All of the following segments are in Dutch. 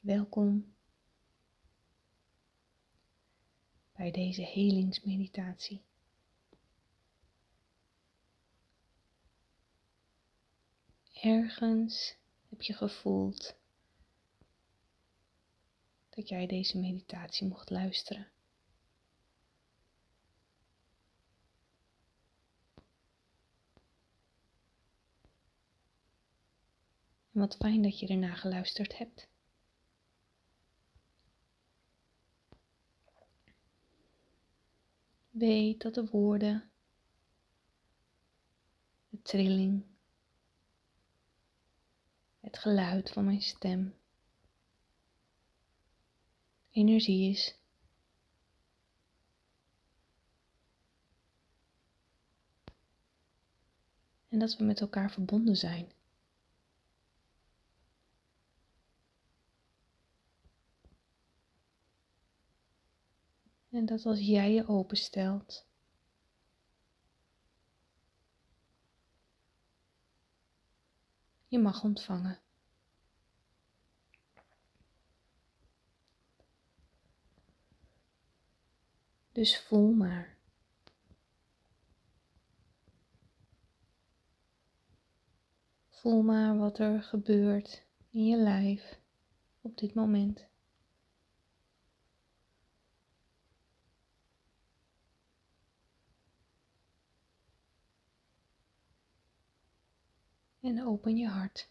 Welkom bij deze helingsmeditatie. Ergens heb je gevoeld dat jij deze meditatie mocht luisteren. En wat fijn dat je ernaar geluisterd hebt. Weet dat de woorden, de trilling, het geluid van mijn stem energie is. En dat we met elkaar verbonden zijn. En dat als jij je openstelt, je mag ontvangen. Dus voel maar. Voel maar wat er gebeurt in je lijf op dit moment. En open je hart.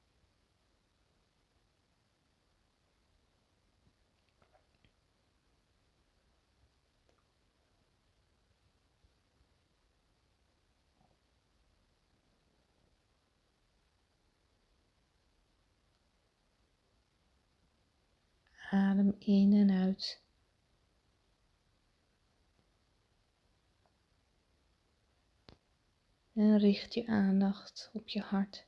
Adem in en uit. En richt je aandacht op je hart.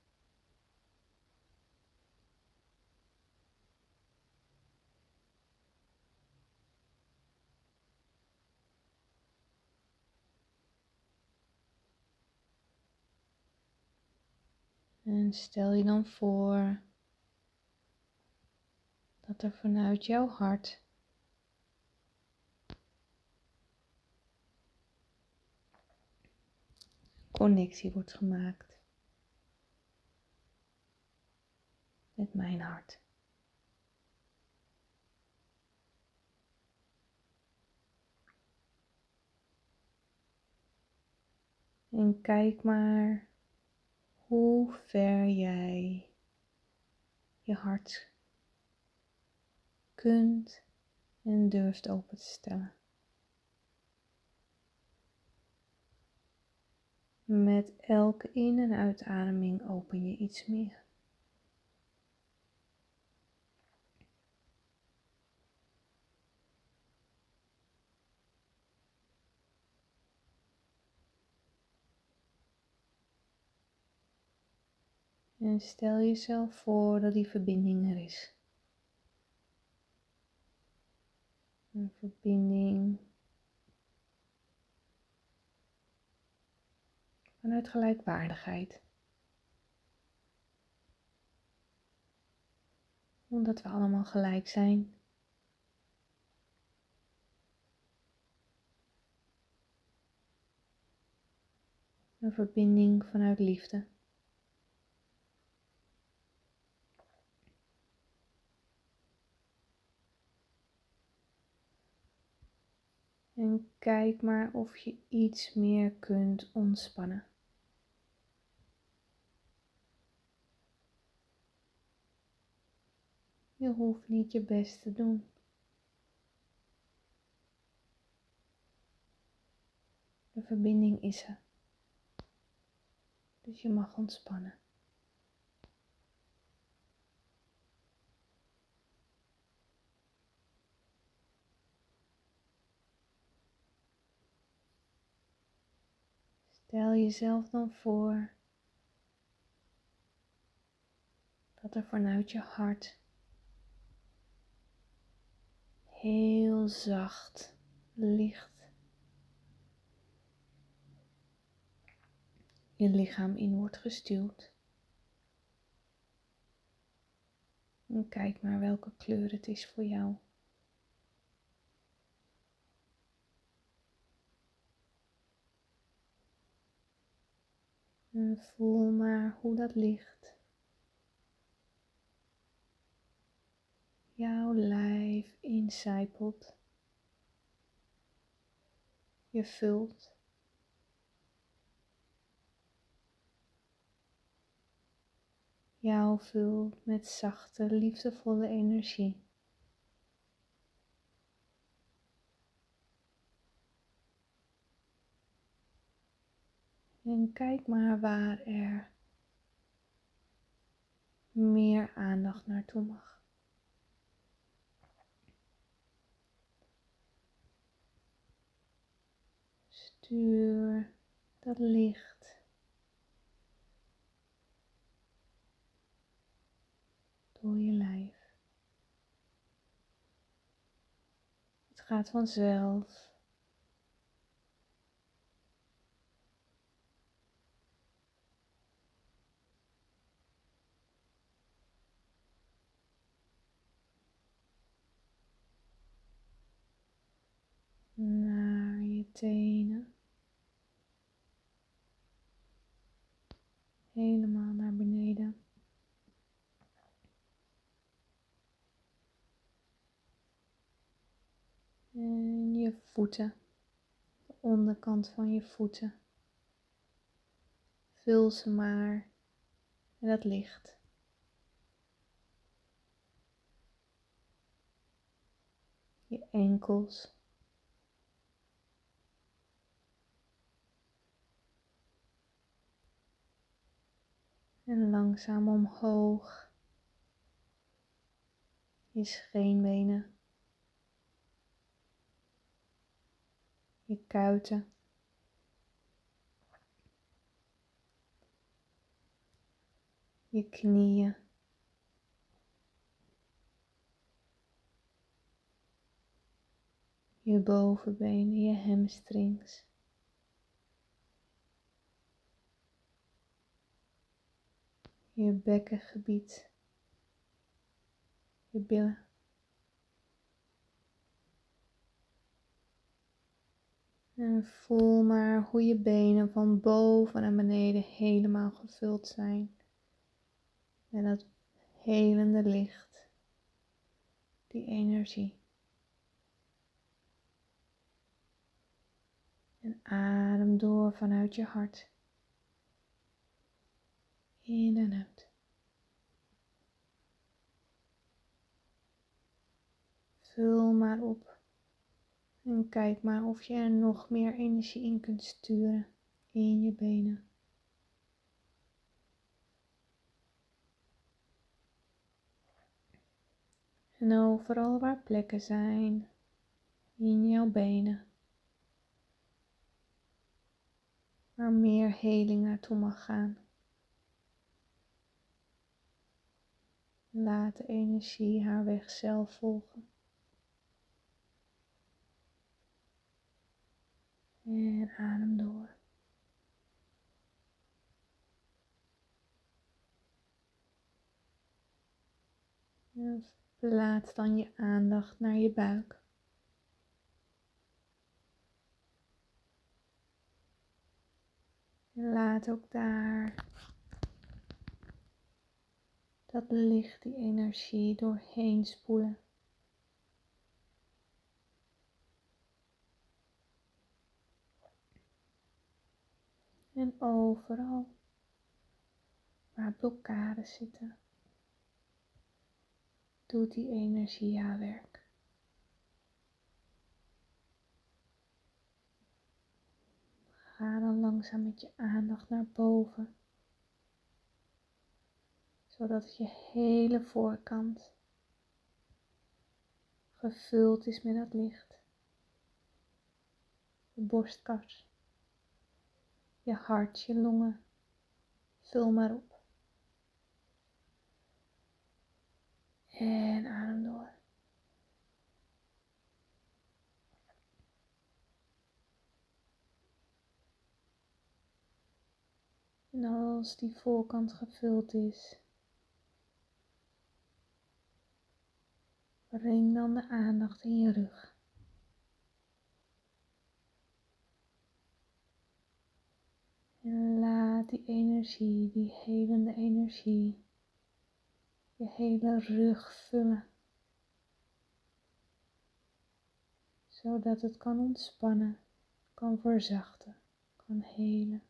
En stel je dan voor dat er vanuit jouw hart connectie wordt gemaakt met mijn hart. En kijk maar hoe ver jij je hart kunt en durft open te stellen. Met elke in- en uitademing open je iets meer. En stel jezelf voor dat die verbinding er is. Een verbinding vanuit gelijkwaardigheid. Omdat we allemaal gelijk zijn. Een verbinding vanuit liefde. En kijk maar of je iets meer kunt ontspannen. Je hoeft niet je best te doen. De verbinding is er. Dus je mag ontspannen. Stel jezelf dan voor dat er vanuit je hart heel zacht, licht je lichaam in wordt gestuwd. En kijk maar welke kleur het is voor jou. En voel maar hoe dat licht jouw lijf incijpelt. Je vult. Jou vult met zachte, liefdevolle energie. En kijk maar waar er meer aandacht naartoe mag. Stuur dat licht door je lijf. Het gaat vanzelf. Naar je tenen. Helemaal naar beneden. En je voeten. De onderkant van je voeten. Vul ze maar met dat licht. Je enkels. En langzaam omhoog. Je scheenbenen. Je kuiten. Je knieën. Je bovenbenen, je hamstrings. Je bekkengebied. Je billen. En voel maar hoe je benen van boven naar beneden helemaal gevuld zijn met dat helende licht, die energie. En adem door vanuit je hart, in en uit. Vul maar op en kijk maar of je er nog meer energie in kunt sturen in je benen. En overal waar plekken zijn in jouw benen, waar meer heling naartoe mag gaan. Laat de energie haar weg zelf volgen. En adem door. En plaats dan je aandacht naar je buik. En laat ook daar dat licht, die energie doorheen spoelen. En overal waar blokkades zitten, doet die energie haar werk. Ga dan langzaam met je aandacht naar boven, zodat je hele voorkant gevuld is met dat licht. Je borstkas, je hart, je longen, vul maar op. En adem door. En als die voorkant gevuld is, Breng dan de aandacht in je rug. En laat die energie, die helende energie, je hele rug vullen. Zodat het kan ontspannen, kan verzachten, kan helen.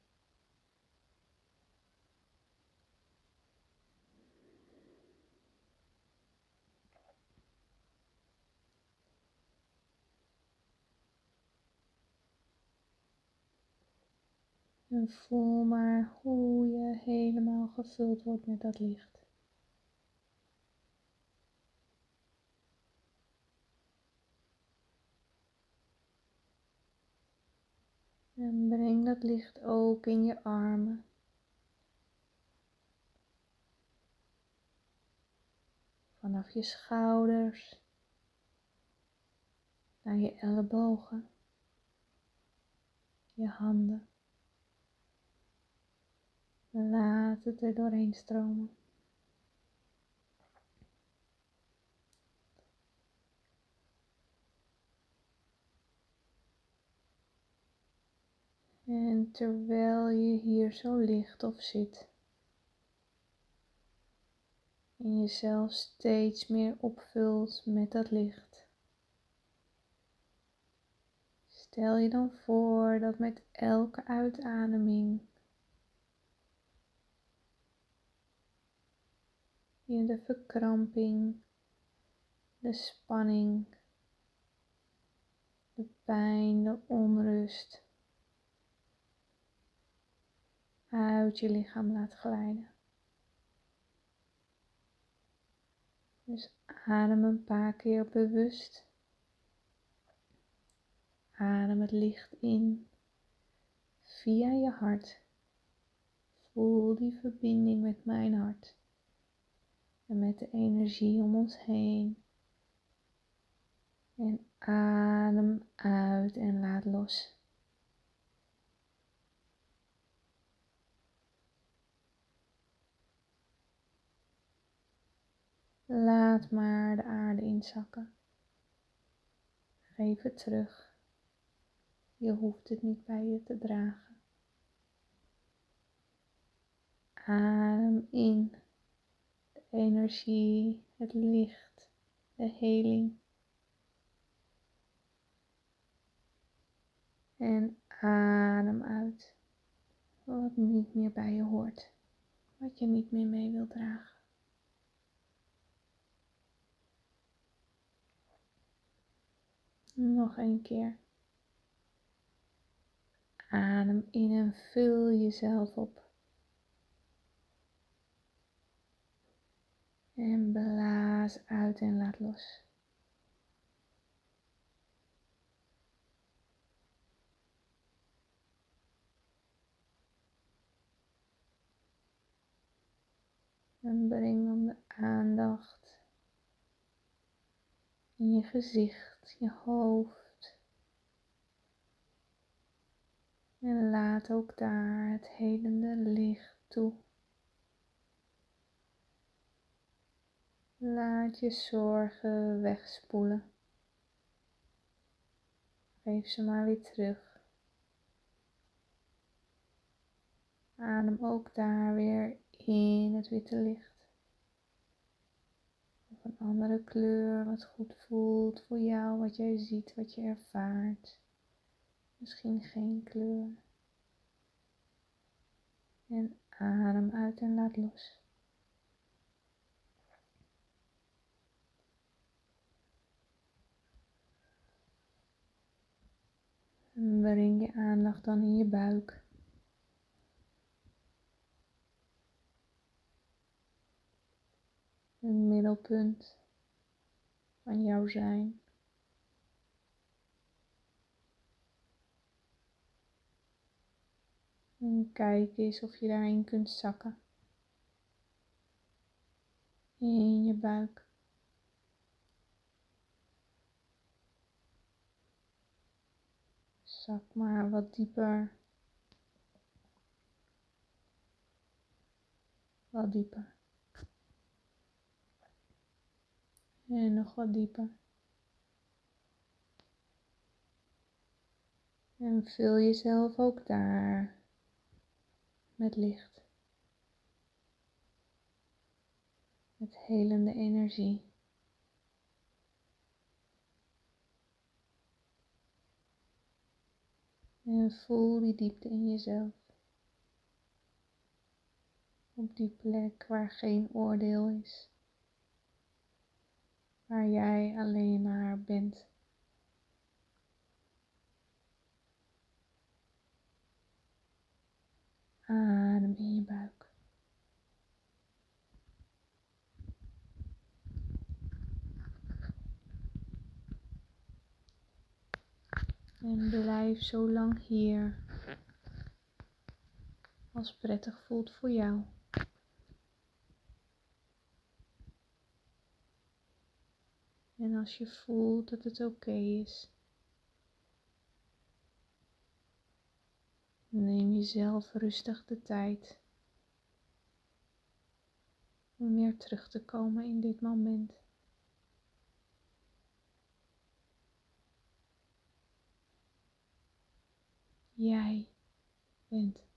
En voel maar hoe je helemaal gevuld wordt met dat licht. En breng dat licht ook in je armen. Vanaf je schouders naar je ellebogen, je handen. Laat het er doorheen stromen. En terwijl je hier zo ligt of zit, en jezelf steeds meer opvult met dat licht, stel je dan voor dat met elke uitademing je de verkramping, de spanning, de pijn, de onrust uit je lichaam laat glijden. Dus adem een paar keer bewust. Adem het licht in via je hart. Voel die verbinding met mijn hart en met de energie om ons heen. En adem uit en laat los. Laat maar de aarde inzakken. Geef het terug. Je hoeft het niet bij je te dragen. Adem in de energie, het licht, de heling. En adem uit wat niet meer bij je hoort, wat je niet meer mee wilt dragen. Nog een keer. Adem in en vul jezelf op. En blaas uit en laat los. En breng dan de aandacht in je gezicht, je hoofd. En laat ook daar het helende licht toe. Laat je zorgen wegspoelen. Geef ze maar weer terug. Adem ook daar weer in het witte licht. Of een andere kleur wat goed voelt voor jou, wat jij ziet, wat je ervaart. Misschien geen kleur. En adem uit en laat los. En breng je aandacht dan in je buik. Het middelpunt van jouw zijn. En kijk eens of je daarin kunt zakken. In je buik. Zak maar wat dieper. Wat dieper. En nog wat dieper. En vul jezelf ook daar met licht. Met helende energie. En voel die diepte in jezelf. Op die plek waar geen oordeel is. Waar jij alleen maar bent. Adem in je buik. En blijf zo lang hier als prettig voelt voor jou. En als je voelt dat het oké is, neem jezelf rustig de tijd om weer terug te komen in dit moment. Jij bent